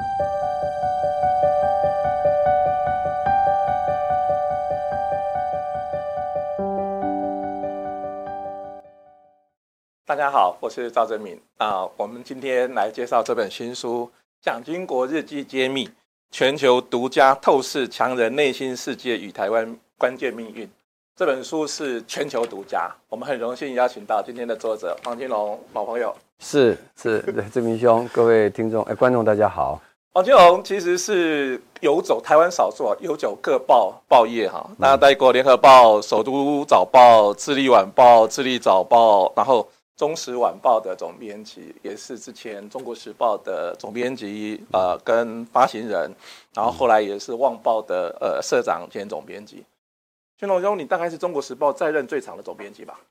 大家好，我是赵正敏我们今天来介绍这本新书《蒋经国日记揭秘：全球独家透视强人内心世界与台湾关键命运》。这本书是全球独家，我们很荣幸邀请到今天的作者黄金龙老朋友。 是，正明兄，各位听众、观众，大家好。 黄金龙其实是游走台湾少数游走各报业哈，那待过联合报、首都早报、智利晚报、智利早报，然后中时晚报的总编辑，也是之前中国时报的总编辑跟发行人，然后后来也是旺报的社长兼总编辑。金龙兄，你大概是中国时报在任最长的总编辑吧？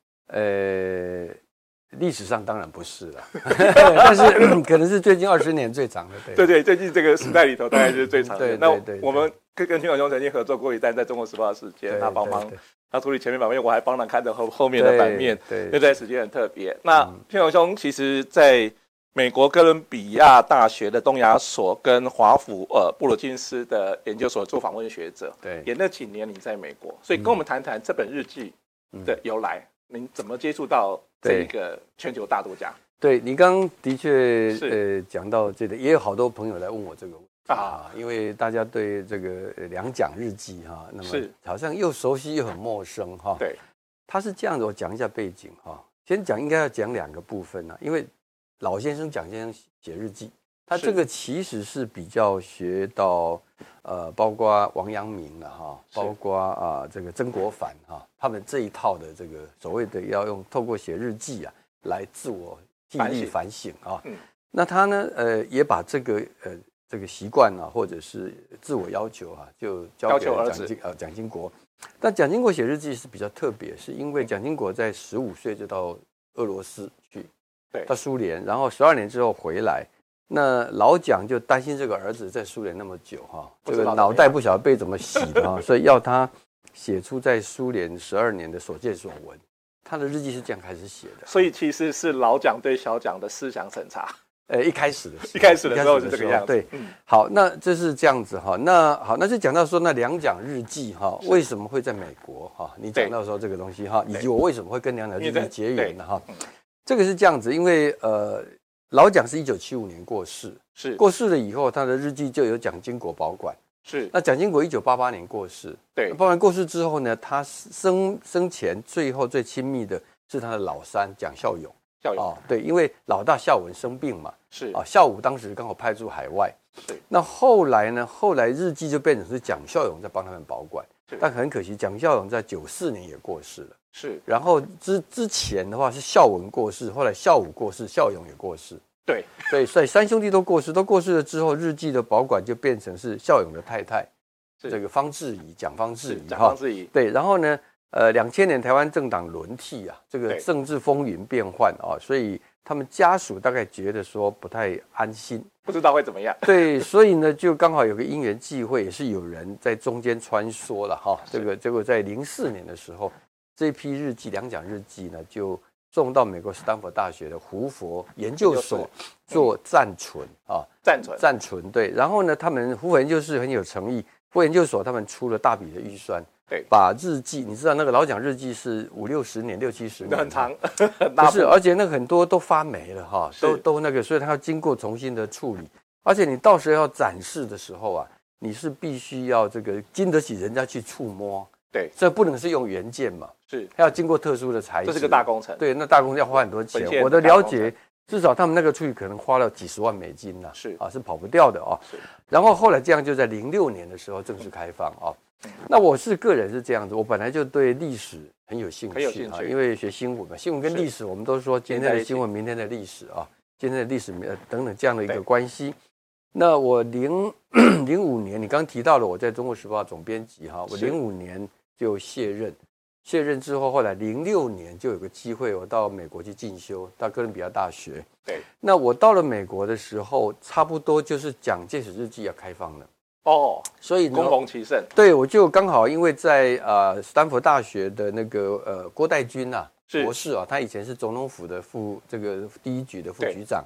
历史上当然不是了，但是可能是最近20年最长的。 对，最近这个时代里头大概是最长的。 对， 那我们跟金龙兄曾经合作过一段在中国时报的时间，他帮忙他处理前面版面，我还帮他看着后面的版面，那段时间很特别。那金龙兄其实在美国哥伦比亚大学的东亚所跟华府布鲁金斯的研究所做访问学者， 对， 也那几年你在美国，所以跟我们谈谈这本日记的由来，您怎么接触到这个全球大作家？ 对，你刚刚的确讲到这个，也有好多朋友来问我这个问题因为大家对这个两蒋日记那么好像又熟悉又很陌生对， 他是这样的，我讲一下背景先讲应该要讲2个部分因为老先生蒋先生写日记，他这个其实是比较学到包括王阳明包括这个曾国藩他们这一套的这个所谓的要用透过写日记来自我替力反省那他呢也把这个习惯或者是自我要求就交给了蒋经国。但蒋经国写日记是比较特别，是因为蒋经国在15岁就到俄罗斯去，到苏联，然后12年之后回来。那老蒋就担心这个儿子在苏联那么久这个脑袋不晓得被怎么洗的所以要他写出在苏联12年的所见所闻。他的日记是这样开始写的， 所以其实是老蒋对小蒋的思想审查。 一开始的时候是这个样子。 对，好，那这是这样子那就讲到说那两蒋日记为什么会在美国你讲到说这个东西以及我为什么会跟两蒋日记结缘的这个是这样子，因为老蒋是1975年过世，过世了以后，他的日记就由蒋经国保管。那蒋经国1988年过世，包含过世之后呢，他生前最后最亲密的是他的老三蒋孝勇。对，因为老大孝文生病嘛，孝武当时刚好派驻海外，那后来日记就变成是蒋孝勇在帮他们保管，但很可惜，蒋孝勇在94年也过世了。然后之前的话是孝文过世，后来孝武过世，孝勇也过世。所以3兄弟都过世了之后，日记的保管就变成是孝勇的太太，这个蒋方智怡。对，然后呢，2000年台湾政党轮替这个政治风云变幻所以他们家属大概觉得说不太安心， 不知道会怎么样。 对，所以呢，就刚好有个因缘际会，也是有人在中间穿梭了这个结果在04年的时候。这批日记两蒋日记呢，就送到美国斯坦福大学的胡佛研究所做暂存暂存。对，然后呢，他们胡佛研究室很有诚意，胡佛研究所他们出了大笔的预算，把日记，你知道那个老蒋日记是50-60年、60-70年， 很长， 不是，而且那个很多都发霉了都那个，所以他要经过重新的处理，而且你到时候要展示的时候你是必须要这个经得起人家去触摸。这不能是用原件嘛，它要经过特殊的材质， 这是个大工程。 对，那大工程要花很多钱。我的了解，至少他们那个处理可能花了几十万美金是跑不掉的然后后来这样就在06年的时候正式开放那我是个人是这样子，我本来就对历史很有兴趣因为学新闻嘛，新闻跟历史我们都说今天的新闻，明天的历史今天的历史等等这样的一个关系。那我05年，你刚提到了我在中国时报总编辑我05年就卸任之后，后来06年就有个机会，我到美国去进修，到哥伦比亚大学。那我到了美国的时候，差不多就是蒋介石日记要开放了所以恭逢其盛。 对，我就刚好因为在斯坦福大学的那个郭代钧博士他以前是总统府的第一局的副局长，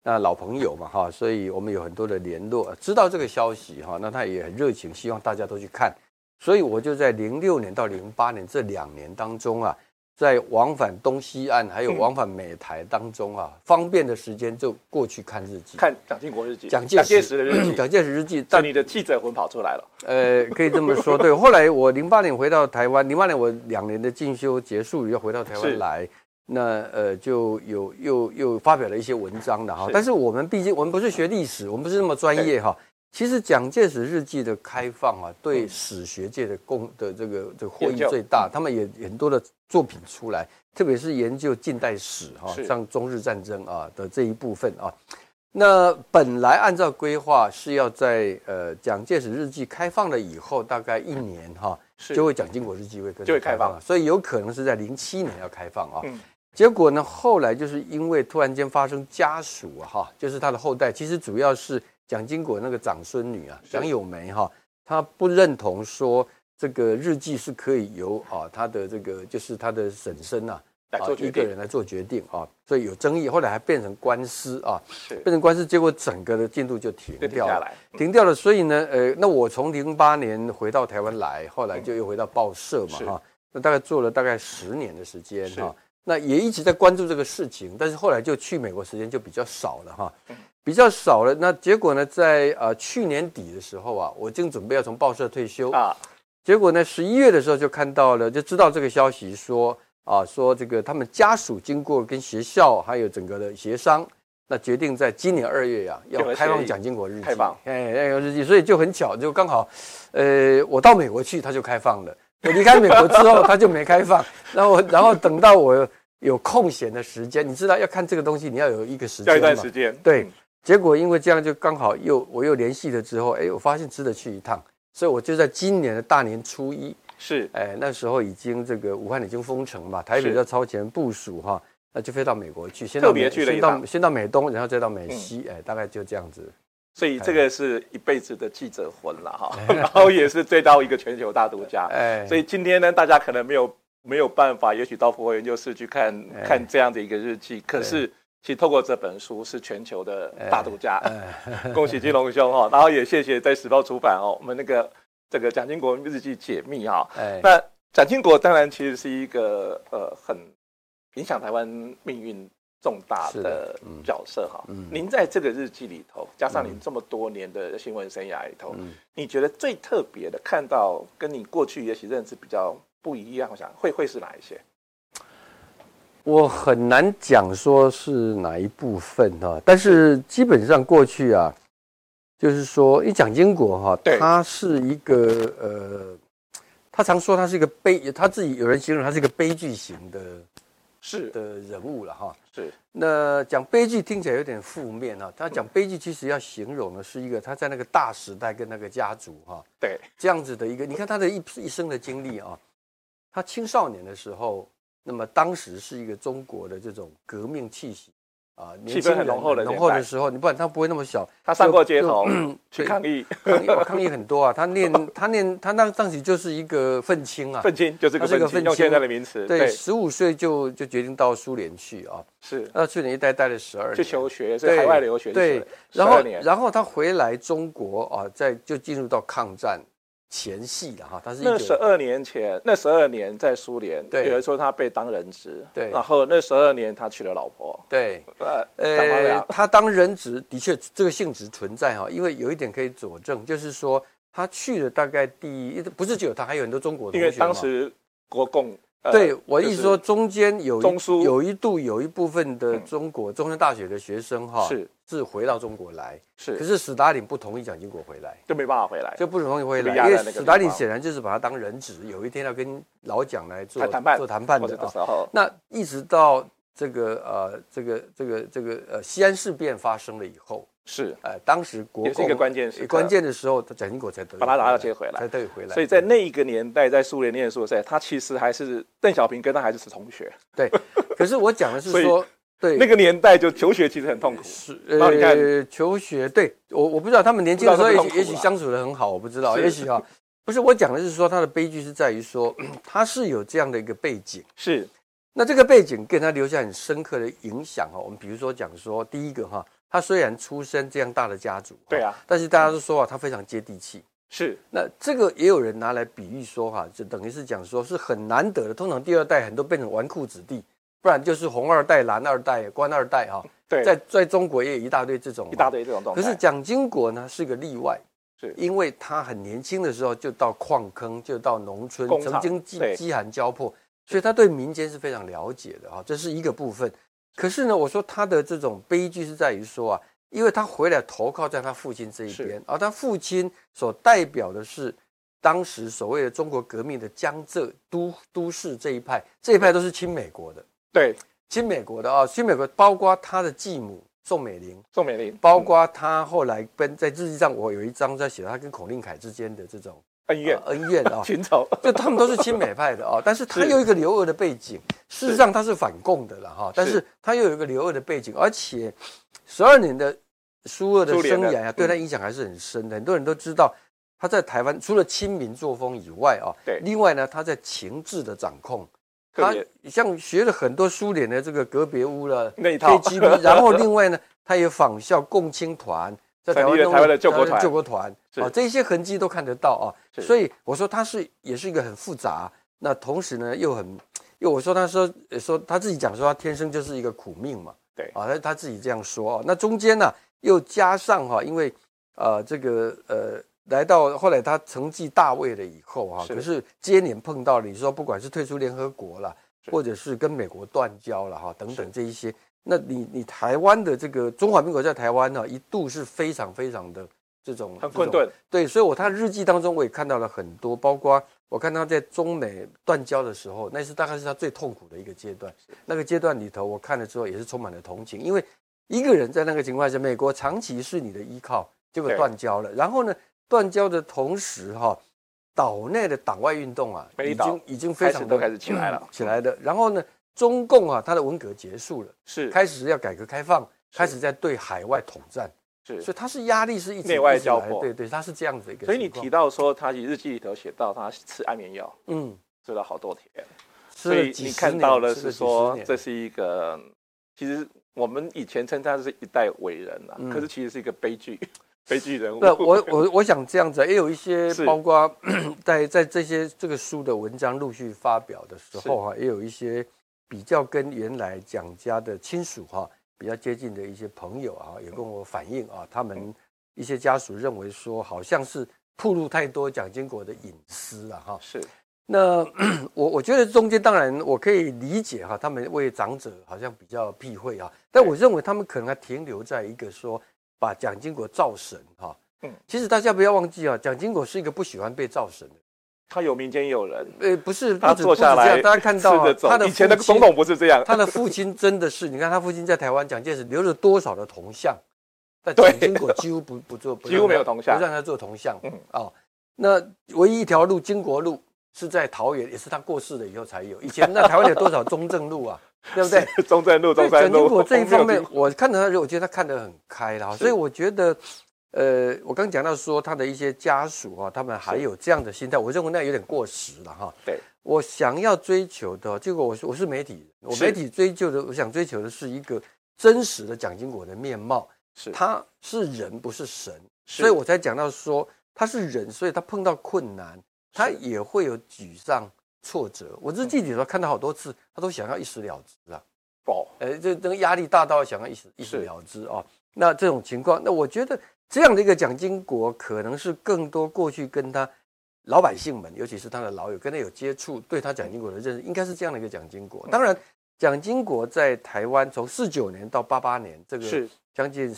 那老朋友嘛哈，所以我们有很多的联络，知道这个消息哈，那他也很热情，希望大家都去看。所以我就在06年到08年这2年当中啊，在往返东西岸还有往返美台当中啊，方便的时间就过去看日记， 看蒋经国日记， 蒋介石的日记， 蒋介石日记， 但你的记者魂跑出来了。 可以这么说，对。后来我08年回到台湾，08年我2年的进修结束，又回到台湾来。那就又发表了一些文章的哈，但是我们毕竟我们不是学历史，我们不是那么专业哈。其实蒋介石日记的开放啊，对史学界的这个获益最大，他们也很多的作品出来，特别是研究近代史哈，像中日战争啊的这一部分啊。那本来按照规划是要在蒋介石日记开放了以后，大概1年哈，就会蒋经国日记会开放，所以有可能是在07年要开放啊。结果呢，后来就是因为突然间发生家属哈，就是他的后代，其实主要是蒋经国那个长孙女啊，蒋友梅哈，她不认同说这个日记是可以由他的这个就是他的婶婶啊。一个人来做决定啊，所以有争议，后来还变成官司啊，变成官司，结果整个的进度就停掉了，停掉了。所以呢，那我从08年回到台湾来，后来就又回到报社嘛哈，那大概做了大概10年的时间哈，那也一直在关注这个事情，但是后来就去美国时间就比较少了哈，比较少了。那结果呢，在去年底的时候啊，我正准备要从报社退休啊，结果呢11月的时候就看到了，就知道这个消息说。说这个他们家属经过跟学校还有整个的协商，那决定在今年2月要开放蒋经国日记，开放日记，所以就很巧，就刚好，我到美国去，他就开放了；我离开美国之后，他就没开放。然后等到我有空闲的时间，你知道要看这个东西，你要有一个时间嘛，要一段时间， 对。结果因为这样，就刚好我又联系了之后，我发现值得去一趟，所以我就在今年的大年初1。 是， 那时候已经这个武汉已经封城嘛，台北在超前部署哈，那就飞到美国去， 特别去了一趟， 先到美东，然后再到美西，大概就这样子。 所以这个是一辈子的记者魂了哈，然后也是追到一个全球大独家。所以今天呢，大家可能没有办法，也许到佛研究室去看这样的一个日记，可是其实透过这本书是全球的大独家，恭喜金龙兄哈，然后也谢谢在时报出版我们这个蒋经国日记解密哈，那蒋经国当然其实是一个很影响台湾命运重大的角色哈。您在这个日记里头，加上您这么多年的新闻生涯里头，你觉得最特别的看到跟你过去也许认知比较不一样，我想会是哪一些？ 我很难讲说是哪一部分哈，但是基本上过去啊。就是说，因为蒋经国哈，他是一个他常说他是一个他自己有人形容他是一个悲剧型的人物了哈。 是。那讲悲剧听起来有点负面哈，他讲悲剧其实要形容的是一个他在那个大时代跟那个家族哈， 对， 这样子的一个，你看他的一生的经历啊，他青少年的时候，那么当时是一个中国的这种革命气息。 气氛很浓厚的时候，你不然他不会那么小。 他上过街头去抗议， 抗议很多啊。他那当时就是一个愤青啊， 愤青就是个愤青，用现在的名词。 对，15岁就决定到苏联去啊， 是。 去年一待了12年， 去求学，是海外留学。 对，然后他回来中国啊，就进入到抗战前戏了哈，他是那12年前，那12年在苏联，有人说他被当人质， 对， 然后那12年他娶了老婆， 对，他当人质的确这个性质存在哈，因为有一点可以佐证，就是说他去了大概不是只有他，还有很多中国同学嘛， 因为当时国共。 对，我意思说，中间有一部分的中山大学的学生哈，是回到中国来，可是史达林不同意蒋经国回来， 就没办法回来， 就不容易回来，因为史达林显然就是把他当人质，有一天要跟老蒋来做谈判的啊。那一直到这个西安事变发生了以后。 是， 当时国共也是一个关键时刻， 关键的时候，蒋经国才把他拿到接回来， 才得以回来。 所以在那一个年代，在苏联念书的时候，他其实还是邓小平跟他还是同学。 对，可是我讲的是说，对那个年代就求学其实很痛苦。 是，你看求学，对我不知道他们年轻的时候也许相处得很好，我不知道，也许哈，不是我讲的是说他的悲剧是在于说他是有这样的一个背景， 是， 那这个背景给他留下很深刻的影响哈。我们比如说讲说第一个哈。 他虽然出身这样大的家族， 对啊， 但是大家都说他非常接地气。 是， 那这个也有人拿来比喻说就等于是讲说是很难得的，通常第二代很多变成纨绔子弟，不然就是红二代、蓝二代、官二代对， 在中国也有一大堆这种状态。 可是蒋经国呢是个例外， 是因为他很年轻的时候就到矿坑，就到农村，曾经饥寒交迫，所以他对民间是非常了解的这是一个部分。可是呢，我说他的这种悲剧是在于说因为他回来投靠在他父亲这一边，而他父亲所代表的是当时所谓的中国革命的江浙都市这一派都是亲美国的， 对， 亲美国的亲美国包括他的继母宋美龄，包括他后来在日记上，我有一章在写他跟孔令凯之间的这种恩怨情仇， 就他们都是亲美派的但是他有一个留俄的背景，事实上他是反共的了但是他又有一个留俄的背景，而且12年的苏俄的生涯对他影响还是很深的。很多人都知道他在台湾除了亲民作风以外对， 另外呢他在情治的掌控，他像学了很多苏联的这个格别乌了那一套 KGB， 然后另外呢他也仿效共青团，在台湾的救国团这些痕迹都看得到所以我说他也是一个很复杂，那同时呢又我说他说他自己讲说他天生就是一个苦命嘛， 对他自己这样说那中间呢又加上因为这个来到后来他成绩大位了以后可是接连碰到了你说不管是退出联合国啦，或者是跟美国断交了等等这一些，那你台湾的这个中华民国在台湾一度是非常非常的这种很困顿， 对，所以他日记当中我也看到了很多，包括我看他在中美断交的时候，那是大概是他最痛苦的一个阶段，那个阶段里头我看了之后也是充满了同情，因为一个人在那个情况下，美国长期是你的依靠，结果断交了，然后呢断交的同时岛内的党外运动已经非常都开始起来的，然后呢中共它的文革结束了， 是开始要改革开放，开始在对海外统战，所以他是压力是一直内外交迫， 对，他是这样子一个情况。 所以你提到说他日记里头写到他吃安眠药，吃了好多天，所以你看到的是说这是一个，其实我们以前称他是一代伟人可是其实是一一个悲剧人物。 我想这样子也有一些包括在这个书的文章陆续发表的时候也有一些比较跟原来蒋家的亲属比较接近的一些朋友也跟我反映他们一些家属认为说好像是暴露太多蒋经国的隐私是。 那我觉得中间当然我可以理解他们为长者好像比较避讳但我认为他们可能还停留在一个说把蒋经国造神其实大家不要忘记蒋经国是一个不喜欢被造神的， 他有民间有人， 不是他坐下来， 大家看到他的以前的总统不是这样， 他的父亲真的是，你看他父亲在台湾蒋介石留了多少的铜像，但蒋经国几乎不做， 几乎没有铜像， 不让他做铜像。那唯一一条路经国路是在桃园，也是他过世了以后才有。以前那台湾有多少中正路对不对？ 中正路、中山路。 蒋经国这一方面，我看到他，我觉得他看得很开了，所以我觉得。我刚讲到说他的一些家属他们还有这样的心态，我认为那有点过时了对， 我想要追求的，结果我是媒体人，我媒体我想追求的是一个真实的蒋经国的面貌，他是人不是神，所以我才讲到说他是人，所以他碰到困难，他也会有沮丧、挫折。我日记里头看到好多次，他都想要一死了之这个压力大到想要一死了之那这种情况，那我觉得。这样的一个蒋经国，可能是更多过去跟他老百姓们，尤其是他的老友，跟他有接触，对他蒋经国的认识，应该是这样的一个蒋经国。当然，蒋经国在台湾从49年到88年，这个将近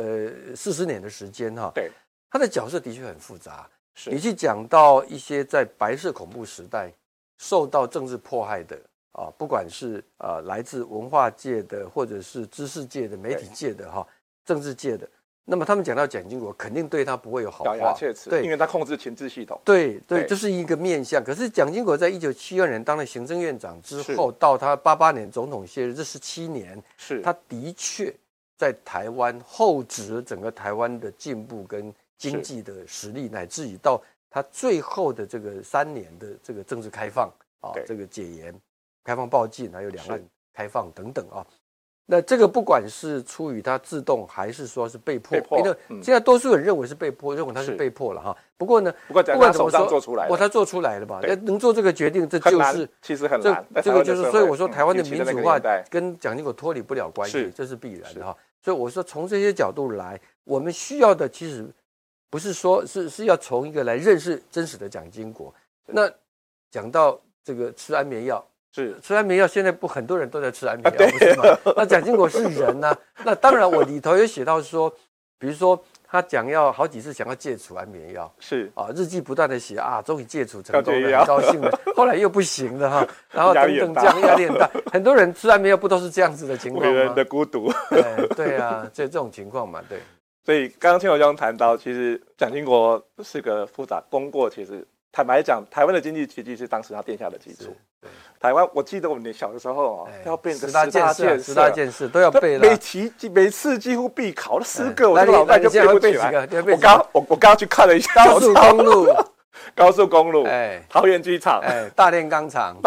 40年的时间对， 他的角色的确很复杂。你去讲到一些在白色恐怖时代受到政治迫害的不管是来自文化界的，或者是知识界的、媒体界的政治界的。那么他们讲到蒋经国，肯定对他不会有好话， 咬牙切齿，对，因为他控制情治系统。 对，这是一个面向。可是蒋经国在1972年当了行政院长之后，到他88年总统卸任这17年，他的确在台湾厚植了整个台湾的进步跟经济的实力，乃至于到他最后的这个3年的这个政治开放这个解严、开放报禁，还有两岸开放等等那这个不管是出于他自动还是说是被迫，因为现在多数人认为是被迫，认为他是被迫了哈。不过呢， 不管怎么说， 他做出来了吧？能做这个决定，这就是其实很难。 这个就是，所以我说台湾的民主化跟蒋经国脱离不了关系，这是必然的哈。所以我说从这些角度来，我们需要的其实不是说是要从一个来认识真实的蒋经国。那讲到这个吃安眠药。吃安眠药，现在不很多人都在吃安眠药，不是吗？那蒋经国是人啊，那当然我里头有写到说，比如说他讲要好几次想要戒除安眠药，日记不断的写啊，终于戒除成功了，很高兴了，后来又不行了哈，然后等等这样压力很大，很多人吃安眠药不都是这样子的情况吗？ 为人的孤独， 对啊，这种情况嘛，对。 所以刚刚青友兄谈到，其实蒋经国是个复杂功过，其实坦白讲，台湾的经济奇迹是当时他奠下的基础。台湾，我记得我们小的时候要背个10大件事都要背了， 每次几乎必考10个，我这个脑袋就背不起来。我刚去看了一下高速公路，桃园机场， 大炼钢厂，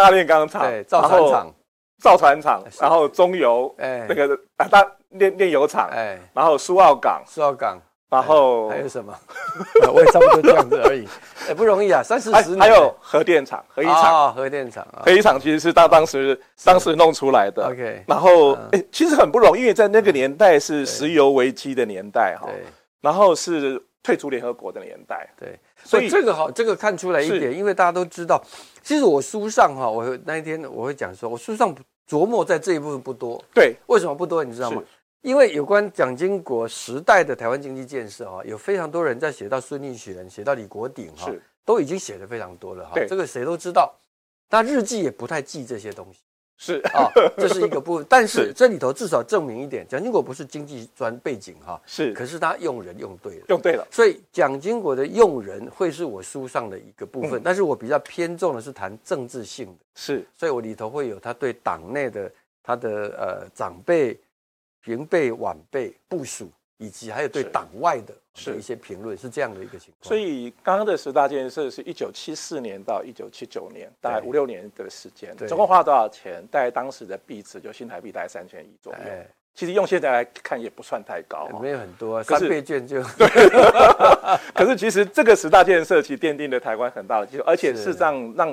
造船厂，然后中油，那个炼油厂，然后苏澳港，然后还有什么？我也差不多这样子而已，不容易啊，30-40年。 还有核电厂，核一厂其实是当时弄出来的。 OK， 然后其实很不容易，因为在那个年代是石油危机的年代哈，然后是退出联合国的年代。 对，所以这个好，这个看出来一点，因为大家都知道，其实我书上哈，我那一天我会讲说，我书上琢磨在这一部分不多。 对， 为什么不多？你知道吗？因为有关蒋经国时代的台湾经济建设有非常多人在写到孙运璇，写到李国鼎都已经写得非常多了这个谁都知道。那日记也不太记这些东西，这是一个部分。但是这里头至少证明一点，蒋经国不是经济专背景可是他用人用对了，所以蒋经国的用人会是我书上的一个部分。但是我比较偏重的是谈政治性的，所以我里头会有他对党内的他的长辈、平辈、晚辈、部属，以及还有对党外的一些评论，是这样的一个情况。 所以刚刚的10大建设是1974年到1979年，大概5-6年的时间，总共花了多少钱？大概当时的币值就新台币大概3000亿左右。其实用现在来看也不算太高， 没有很多啊，3倍券就对。可是其实这个10大建设其实奠定了台湾很大的基础，而且事实上让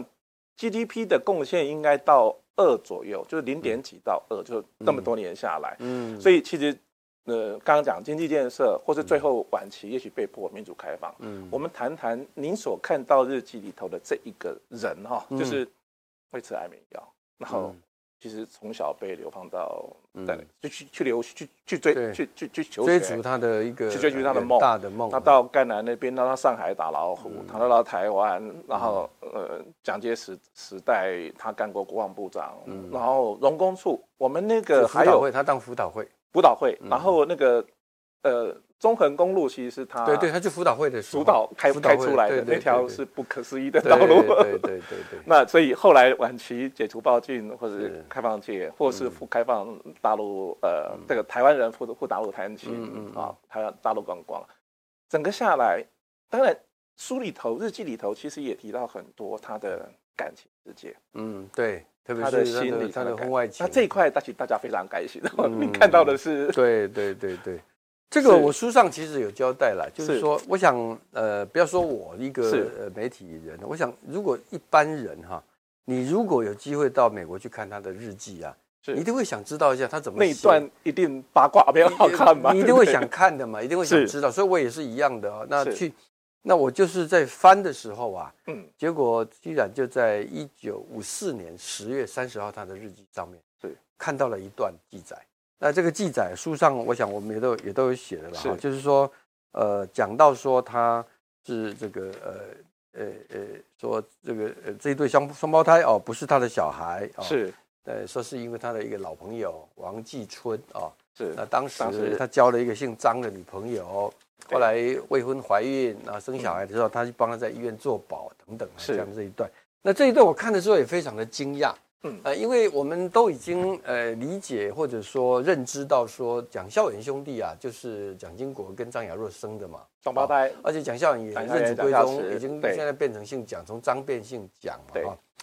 GDP 的贡献应该到2左右，就是0.几到2，就那么多年下来，所以其实刚刚讲经济建设，或是最后晚期也许被迫民主开放，我们谈谈您所看到日记里头的这一个人就是会吃安眠药，然后其实从小被流放到就去追逐他的一个去追逐他的梦， 大的梦。 他到甘南那边，到上海打老虎，他到台湾，然后蒋介石时代他干过国防部长，然后荣工处，我们那个还有他当辅导会， 然后那个中横公路其实是他对，他就辅导会的主导开出来的那条是不可思议的道路。 对。 那所以后来晚期解除报禁，或者是开放界，或是复开放大陆，这个台湾人赴大陆探亲台湾大陆观光，整个下来，当然书里头日记里头其实也提到很多他的感情世界， 对。特别是他的心理， 他的婚外情， 那这一块大家非常开心。你看到的是， 对，这个我书上其实有交代了，就是说，我想不要说我一个媒体人，我想如果一般人你如果有机会到美国去看他的日记你一定会想知道一下他怎么写， 那一段一定八卦比较好看嘛， 你一定会想看的嘛，一定会想知道，所以我也是一样的那我就是在翻的时候结果居然就在1954年10月30号他的日记上面看到了一段记载。那这个记载书上，我想我们也都有写的了就是说讲到说他是这个说这个这一对双胞胎不是他的小孩说是因为他的一个老朋友王继春那当时他交了一个姓张的女朋友，后来未婚怀孕，然后生小孩的时候，他就帮他在医院做保等等，这样这一段。那这一段我看的时候也非常的惊讶，因为我们都已经理解或者说认知到说蒋孝严兄弟就是蒋经国跟张亚若生的嘛， 双胞胎， 而且蒋孝严也认祖归宗，已经现在变成姓蒋，从张变姓蒋嘛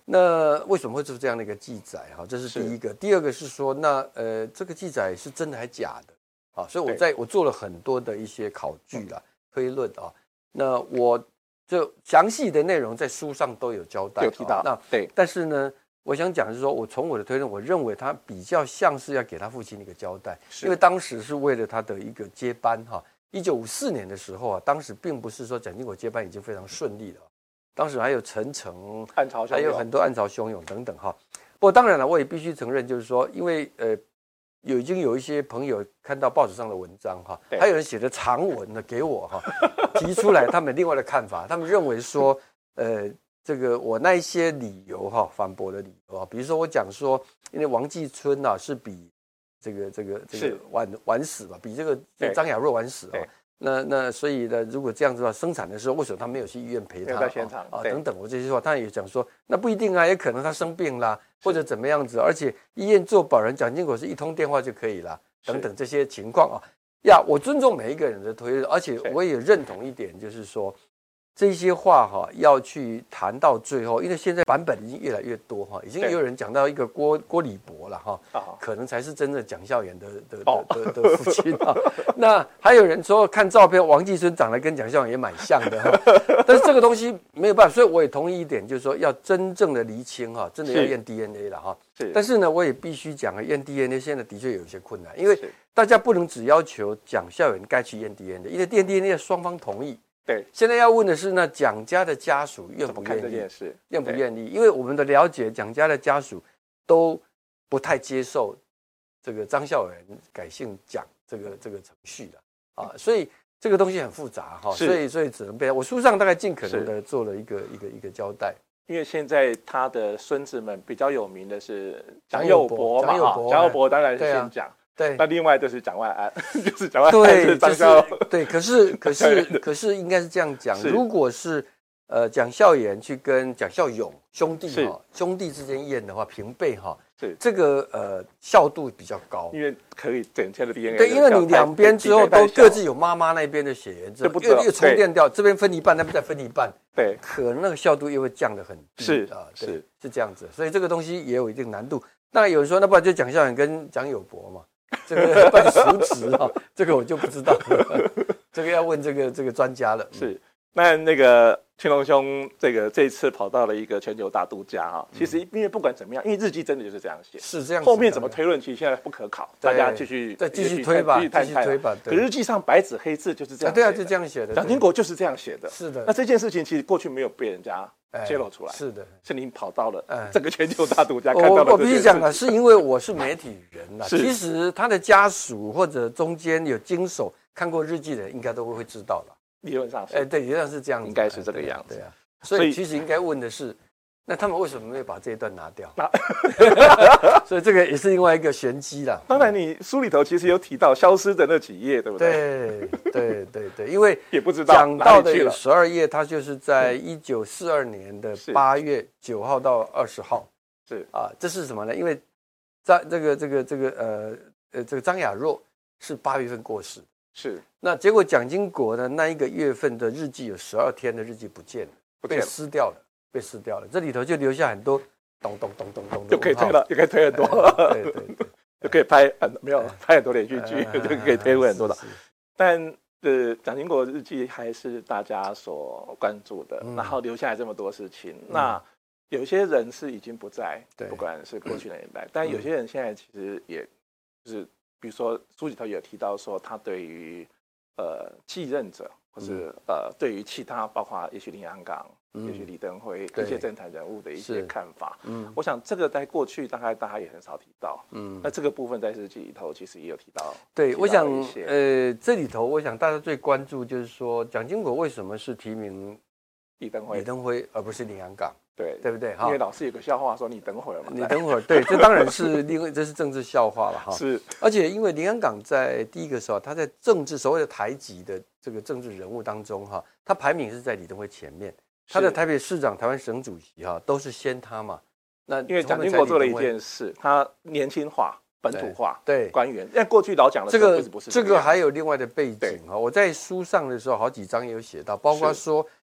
那为什么会做这样的一个记载？哈，这是第一个。第二个是说，那这个记载是真的还假的？啊，所以我做了很多的一些考据啦、推论啊。那我就详细的内容在书上都有交代， 有提到。 那对， 但是呢，我想讲的是说，我从我的推论，我认为他比较像是要给他父亲一个交代，因为当时是为了他的一个接班哈。1954年的时候啊，当时并不是说蒋经国接班已经非常顺利了。当时还有陈诚，还有很多暗潮汹涌等等哈。不过当然了，我也必须承认，就是说，因为已经有一些朋友看到报纸上的文章哈，还有人写的长文呢给我哈，提出来他们另外的看法，他们认为说，这个我那一些理由哈，反驳的理由啊，比如说我讲说，因为王继春呐是比这个晚死嘛，比这个张亚若晚死啊。那所以呢，如果这样子的话，生产的时候为什么他没有去医院陪他在现场等等，我这些话，他也讲说，那不一定啊，也可能他生病啦，或者怎么样子，而且医院做保人，蒋经国是一通电话就可以了，等等这些情况啊。我尊重每一个人的推论，而且我也认同一点，就是说这些话哈要去谈到最后，因为现在版本已经越来越多哈，已经有人讲到一个郭礼博了哈，可能才是真正蒋孝严的父亲啊。那还有人说看照片，王继春长得跟蒋孝严也蛮像的哈，但是这个东西没有办法，所以我也同意一点，就是说要真正的厘清哈，真的要验 DNA 了哈。但是呢，我也必须讲验 DNA 现在的确有一些困难，因为大家不能只要求蒋孝严该去验 DNA， 因为验 DNA 要双方同意。 对， 现在要问的是呢，蒋家的家属愿不愿意？愿不愿意？因为我们的了解，蒋家的家属都不太接受这个张孝严改姓蒋这个程序的啊，所以这个东西很复杂哈，所以只能被我书上大概尽可能的做了一个交代。 因为现在他的孙子们比较有名的是蒋友柏嘛，蒋友柏当然是姓蒋。对，那另外就是蒋万安，就是蒋万安是张孝。 对，可是应该是这样讲，如果是蒋孝严去跟蒋孝勇兄弟兄弟之间验的话，平辈哈，这个效度比较高， 因为可以整天的 DNA。 对，因为你两边之后都各自有妈妈那边的血缘，之后又重垫掉，这边分一半，那边再分一半， 对， 可能那个效度又会降得很低。是这样子，所以这个东西也有一定难度。那有人说，那不然就蒋孝严跟蒋友柏嘛。这个办叔侄啊，这个我就不知道了，这个要问这个专家了。 是，那个青龙兄这一次跑到了一个全球大度假啊，其实因为不管怎么样，因为日记真的就是这样写， 是这样。 后面怎么推论，其实现在不可考，大家继续推吧，继续推吧。可日记上白纸黑字就是这样写的， 对啊，就这样写的。 蒋经国就是这样写的， 是的。 那这件事情其实过去没有被人家揭露出来， 是的， 是您跑到了这个全球大独家看到的。 我必须讲啊，是因为我是媒体人啦。其实他的家属或者中间有经手看过日记的人，应该都会知道了。 理论上是， 对，理论上是这样子， 应该是这个样子。 对啊，所以其实应该问的是，那他们为什么没有把这一段拿掉？所以这个也是另外一个玄机啦。 当然，你书里头其实有提到消失的那几页，对不对？ 对，因为也不知道讲到的有12页，它就是在1942年的8月9号到20号。 是啊，这是什么呢？因为这个张亚若是8月份过世， 是那结果蒋经国呢那一个月份的日记有12天的日记不见了，被撕掉了，这里头就留下很多咚， 就可以推了，就可以推很多了，对，就可以拍很多连续剧，就可以推很多的。但蒋经国日记还是大家所关注的，然后留下来这么多事情，那有些人是已经不在，不管是过去的年代，但有些人现在其实也就是比如说书里头有提到说，他对于继任者，或是对于其他包括也许林洋港、也许李登辉一些政坛人物的一些看法，我想这个在过去大概大家也很少提到，那这个部分在日记里头其实也有提到。 对，我想这里头我想大家最关注就是说，蒋经国为什么是提名李登辉而不是林洋港？对不对？ 因为老师有个笑话说你等会儿嘛， 你等会儿，对，这当然是这是政治笑话了哈。 是， 而且因为林洋港在第一个时候，他在政治所谓的台籍的这个政治人物当中哈，他排名是在李登辉前面，他的台北市长、台湾省主席哈都是先他嘛。那因为蒋经国做了一件事，他年轻化、本土化， 对官员，因为过去老讲的时候不是这个还有另外的背景哈。我在书上的时候好几章也有写到，包括说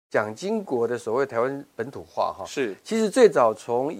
蒋经国的所谓台湾本土化哈， 是， 其实最早从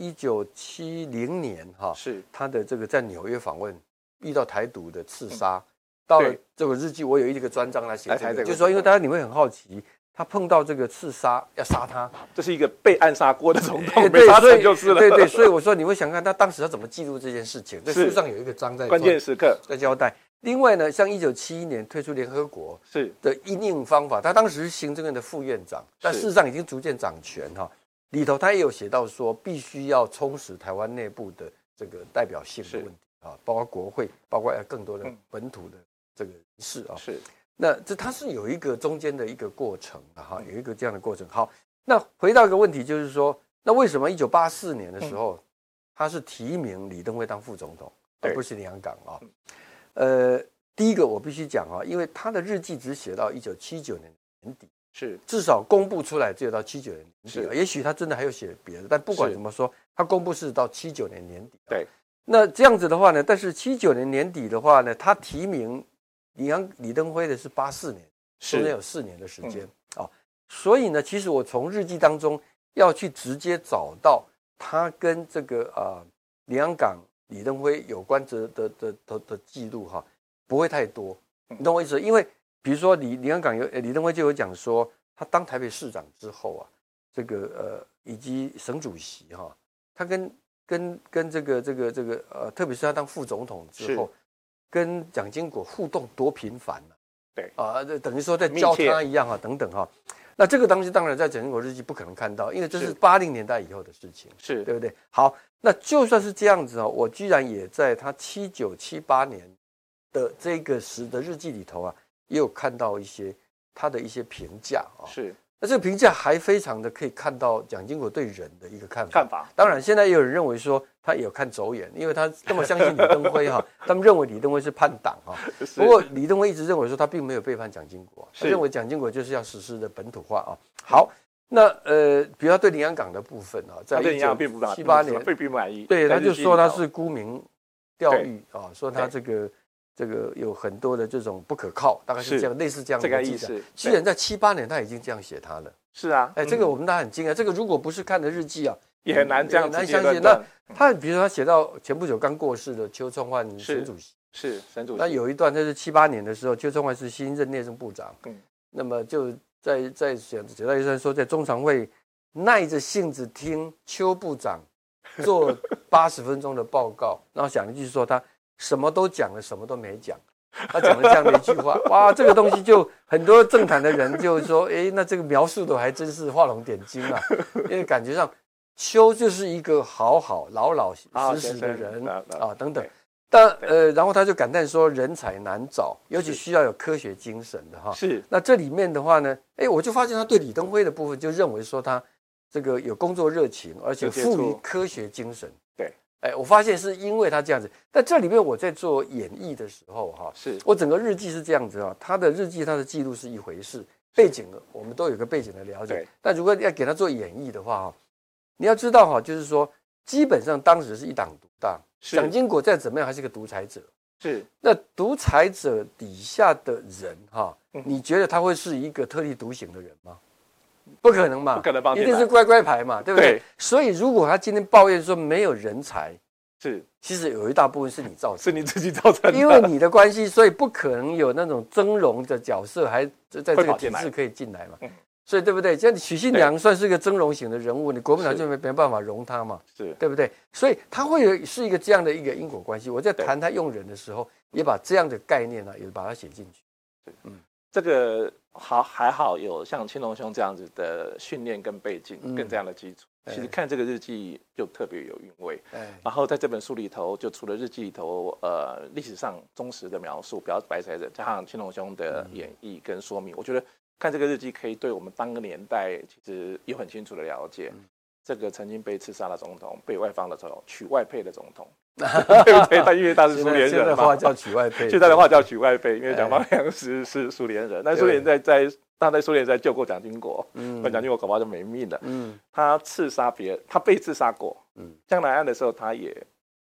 1970年哈， 是他的这个在纽约访问遇到台独的刺杀，到了这个日记，我有一个专章来写这个，就是说，因为大家你会很好奇。他碰到这个刺杀，要杀他， 这是一个被暗杀过的总统，被杀成就是了。 对，所以我说你会想看他当时他怎么记录这件事情。这书上有一个章在关键时刻在交代。另外呢，像1971年退出联合国是的因应方法，他当时是行政院的副院长，但事实上已经逐渐掌权哈。里头他也有写到说，必须要充实台湾内部的这个代表性的问题啊，包括国会，包括更多的本土的这个人士啊。 是。 那它是有一个中间的一个过程的哈，有一个这样的过程。好，那回到一个问题，就是说，那为什么1984年的时候，他是提名李登辉当副总统，而不是林洋港啊？第一个我必须讲啊，因为他的日记只写到1979年年底， 是至少公布出来只有到79年年底，也许他真的还有写别的，但不管怎么说，他公布是到79年年底。 对， 那这样子的话呢，但是79年年底的话呢，他提名李登辉的是84年，中间有4年的时间啊，所以呢，其实我从日记当中要去直接找到他跟这个林洋港、李登辉有关的记录哈，不会太多，你懂我意思？因为比如说李洋港李登辉就有讲说，他当台北市长之后啊，这个以及省主席哈，他跟这个特别是他当副总统之后。跟蒋经国互动多频繁啊， 对啊，等于说在教他一样啊，等等哈。那这个东西当然在蒋经国日记不可能看到，因为这是80年代以后的事情， 是对不对？好，那就算是这样子啊，我居然也在他79、78年的这个时的日记里头啊，也有看到一些他的一些评价啊。 是。 那这个评价还非常的可以看到蒋经国对人的一个看法。当然，现在也有人认为说他也有看走眼，因为他这么相信李登辉哈，他们认为李登辉是叛党哈。不过李登辉一直认为说他并没有背叛蒋经国，他认为蒋经国就是要实施的本土化啊。好，那比如他对林洋港的部分啊，在1978年并不满意， 对，他就说他是沽名钓誉啊，说他这个有很多的这种不可靠，大概是这样类似这样的记载。居然在78年他已经这样写他了。 是啊， 这个我们大家很惊讶。这个如果不是看的日记啊， 也很难这样难相信。那他比如说他写到前不久刚过世的邱聪焕省主席， 是省主席。 那有一段就是78年的时候，邱聪焕是新任内政部长，那么就在写到一段说，在中常会耐着性子听邱部长做80分钟的报告，然后讲一句说他什么都讲了，什么都没讲。他讲了这样的一句话，哇，这个东西就很多政坛的人就说，那这个描述的还真是画龙点睛啊，因为感觉上邱就是一个好老实的人啊，等等。但然后他就感叹说，人才难找，尤其需要有科学精神的哈。 是。那这里面的话呢，我就发现他对李登辉的部分就认为说他这个有工作热情，而且富于科学精神。 对。 我发现是因为他这样子，但这里面我在做演绎的时候哈， 是我整个日记是这样子啊，他的日记他的记录是一回事，背景我们都有个背景的了解，但如果要给他做演绎的话哈，你要知道哈，就是说基本上当时是一党独大，蒋经国再怎么样还是个独裁者， 是那独裁者底下的人哈，你觉得他会是一个特立独行的人吗？不可能嘛， 不可能帮， 一定是乖乖牌嘛，对不对？所以如果他今天抱怨说没有人才，其实有一大部分是你造成的， 是你自己造成的， 因为你的关系，所以不可能有那种增容的角色还在这个体制可以进来嘛。所以对不对？像许信良算是个增容型的人物，你国民党就没办法容他嘛，对不对？所以他会是一个这样的一个因果关系。我在谈他用人的时候，也把这样的概念呢，也把它写进去。 这个还好有像青龙兄这样子的训练跟背景，跟这样的基础。其实看这个日记就特别有韵味。然后在这本书里头，就除了日记里头历史上忠实的描述，表白才的，加上青龙兄的演绎跟说明，我觉得看这个日记可以对我们当个年代其实有很清楚的了解。这个曾经被刺杀的总统，被外放的总统，娶外配的总统，对不对？因为他是苏联人嘛， 现在的话叫娶外配， 现在的话叫娶外配，因为蒋方良是苏联人，但苏联他在苏联在救过蒋经国，那蒋经国搞不好就没命了。他刺杀别人，他被刺杀过。江南岸的时候，他也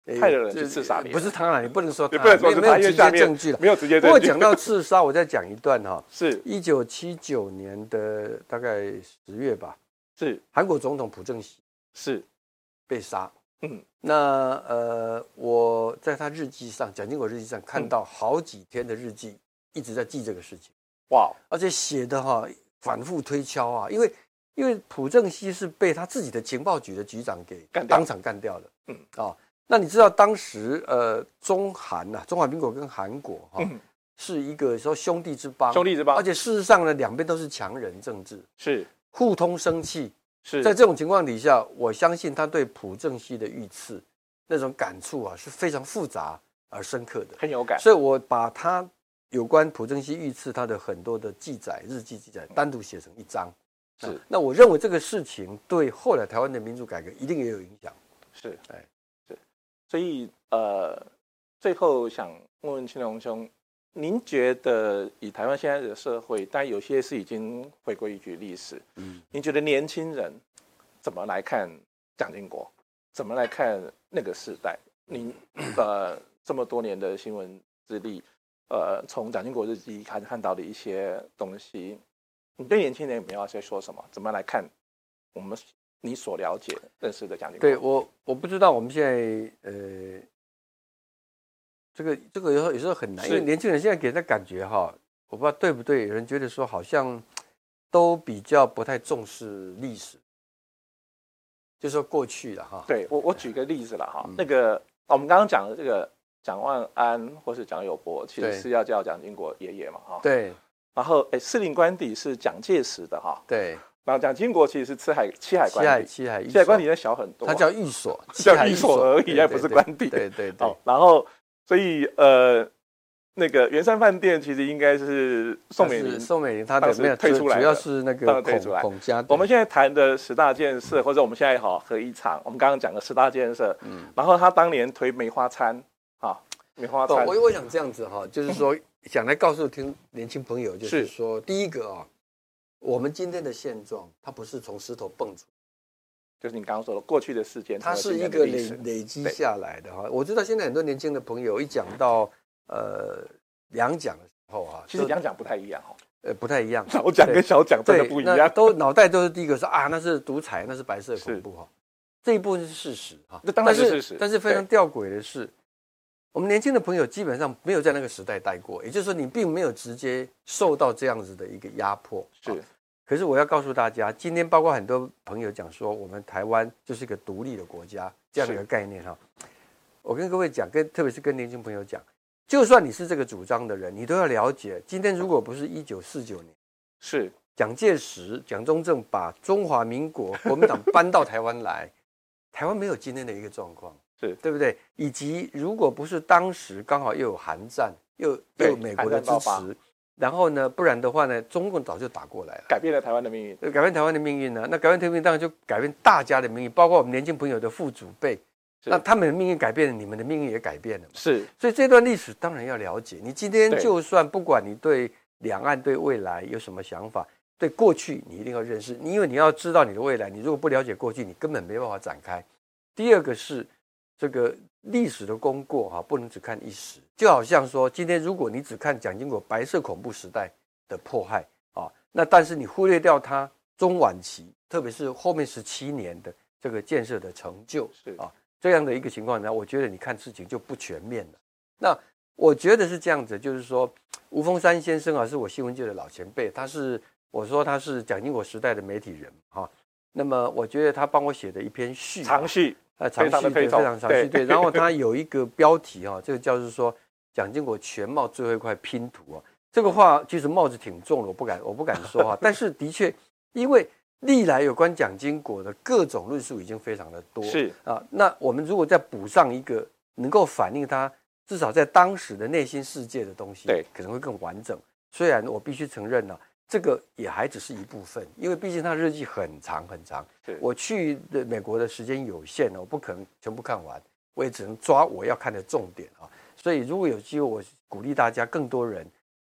派了人去刺杀你？ 不是他啦，你不能说他， 不能说是他， 没有直接证据了， 没有直接证据。 不过讲到刺杀，我再讲一段哈， 是 1979年的大概10月吧， 是韩国总统朴正熙是被杀。那我在他日记上，蒋经国日记上看到好几天的日记，一直在记这个事情。哇，而且写的反复推敲啊，因为朴正熙是被他自己的情报局的局长给当场干掉了。那你知道当时中韩民国跟韩国是一个说兄弟之邦，而且事实上呢，两边都是强人政治， 是互通生气。 是在这种情况底下，我相信他对朴正熙的遇刺那种感触是非常复杂而深刻的， 很有感。 所以我把他有关朴正熙遇刺他的很多的日记记载单独写成一章。是，那我认为这个事情对后来台湾的民主改革一定也有影响。 是，是，所以最后想问问庆隆兄，您觉得以台湾现在的社会，但有些是已经回归一句历史，您觉得年轻人怎么来看蒋经国，怎么来看那个时代？您这么多年的新闻资历，从蒋经国日记看到的一些东西，你对年轻人有没有在说什么？怎么来看你所了解认识的蒋经国？ 对，我不知道我们现在这个有时候很难，因为年轻人现在给人的感觉我不知道对不对，有人觉得说好像都比较不太重视历史，就说过去了对，我举个例子了那个我们刚刚讲的这个蒋万安或是蒋友柏，其实是要叫蒋经国爷爷嘛对。 然后士林官邸是蒋介石的对。 然后蒋经国其实是七海官邸， 七海官邸要小很多， 它叫寓所， 叫寓所而已，还不是官邸。 对。 然后所以那个圆山饭店其实应该是宋美龄她的没有退出来的， 主要是那个孔家。 我们现在谈的10大建设，或者我们现在合一场，我们刚刚讲的10大建设，然后他当年推梅花餐梅花餐。 我想这样子就是说想来告诉年轻朋友，就是说第一个我们今天的现状，它不是从石头蹦出， 就是你刚刚说的过去的事件， 它是一个累积下来的我知道现在很多年轻的朋友一讲到两蒋的时候其实两蒋不太一样不太一样， 老蒋跟小蒋真的不一样， 都脑袋都是第一个说那是独裁，那是白色恐怖这一部分是事实这当然是事实， 但是非常吊诡的是，我们年轻的朋友基本上没有在那个时代待过，也就是说你并没有直接受到这样子的一个压迫可是我要告诉大家，今天包括很多朋友讲说，我们台湾就是一个独立的国家这样的一个概念我跟各位讲，特别是跟年轻朋友讲，就算你是这个主张的人，你都要了解，今天如果不是1949年， 是蒋介石、蒋中正把中华民国国民党搬到台湾来，台湾没有今天的一个状况，对不对？以及如果不是当时刚好又有韩战，又有美国的支持。然后呢，不然的话呢，中共早就打过来了， 改变了台湾的命运。 改变台湾的命运呢？那改变台湾的命运当然就改变大家的命运，包括我们年轻朋友的父祖辈。那他们的命运改变了，你们的命运也改变了。 是， 所以这段历史当然要了解。你今天就算不管你对两岸、对未来有什么想法，对过去你一定要认识，因为你要知道你的未来，你如果不了解过去，你根本没办法展开。第二个是这个历史的功过不能只看一时，就好像说今天如果你只看蒋经国白色恐怖时代的迫害那但是你忽略掉他中晚期，特别是后面17年的这个建设的成就这样的一个情况呢，我觉得你看事情就不全面了。那我觉得是这样子，就是说吴峰山先生是我新闻界的老前辈，我说他是蒋经国时代的媒体人那么我觉得他帮我写的一篇序长序长序非常长序然后他有一个标题这个叫做说蒋经国全貌最后一块拼图这个话其实帽子挺重的，我不敢说但是的确因为历来有关蒋经国的各种论述已经非常的多那我们如果再补上一个能够反映他至少在当时的内心世界的东西，可能会更完整。虽然我必须承认这个也还只是一部分，因为毕竟他日记很长很长，我去美国的时间有限我不可能全部看完，我也只能抓我要看的重点所以如果有机会，我鼓励大家更多人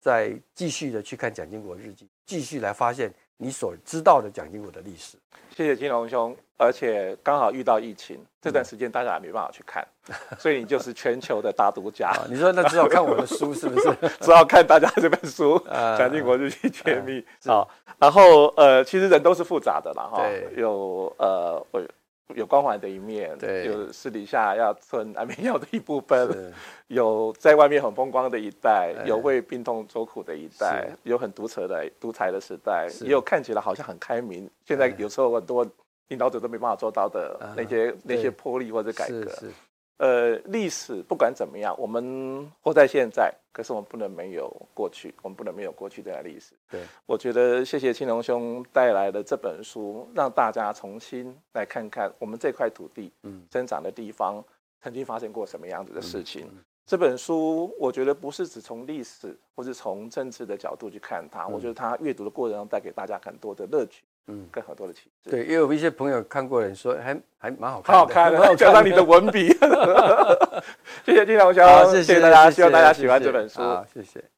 再继续的去看蒋经国日记，继续来发现你所知道的蒋经国的历史。 谢谢金龙兄，而且刚好遇到疫情，这段时间大家也没办法去看，所以你就是全球的大独家。 你说那只好看我的书是不是？ 只好看大家这本书《蒋经国日记揭秘》好，然后其实人都是复杂的啦哈，有光环的一面，有私底下要吞安眠药的一部分，有在外面很风光的一代，有为病痛周苦的一代，有很独裁的时代，也有看起来好像很开明，现在有时候很多领导者都没办法做到的那些魄力或者改革。历史不管怎么样，我们活在现在，可是我们不能没有过去，我们不能没有过去的历史。 对， 我觉得谢谢青龙兄带来的这本书，让大家重新来看看我们这块土地生长的地方曾经发生过什么样子的事情。这本书我觉得不是只从历史或是从政治的角度去看它，我觉得它阅读的过程中带给大家很多的乐趣。跟很多的启示。 对，也有一些朋友看过人说还蛮好看的， 好看的，加上你的文笔。谢谢金龙兄，谢谢大家，希望大家喜欢这本书。 好，谢谢。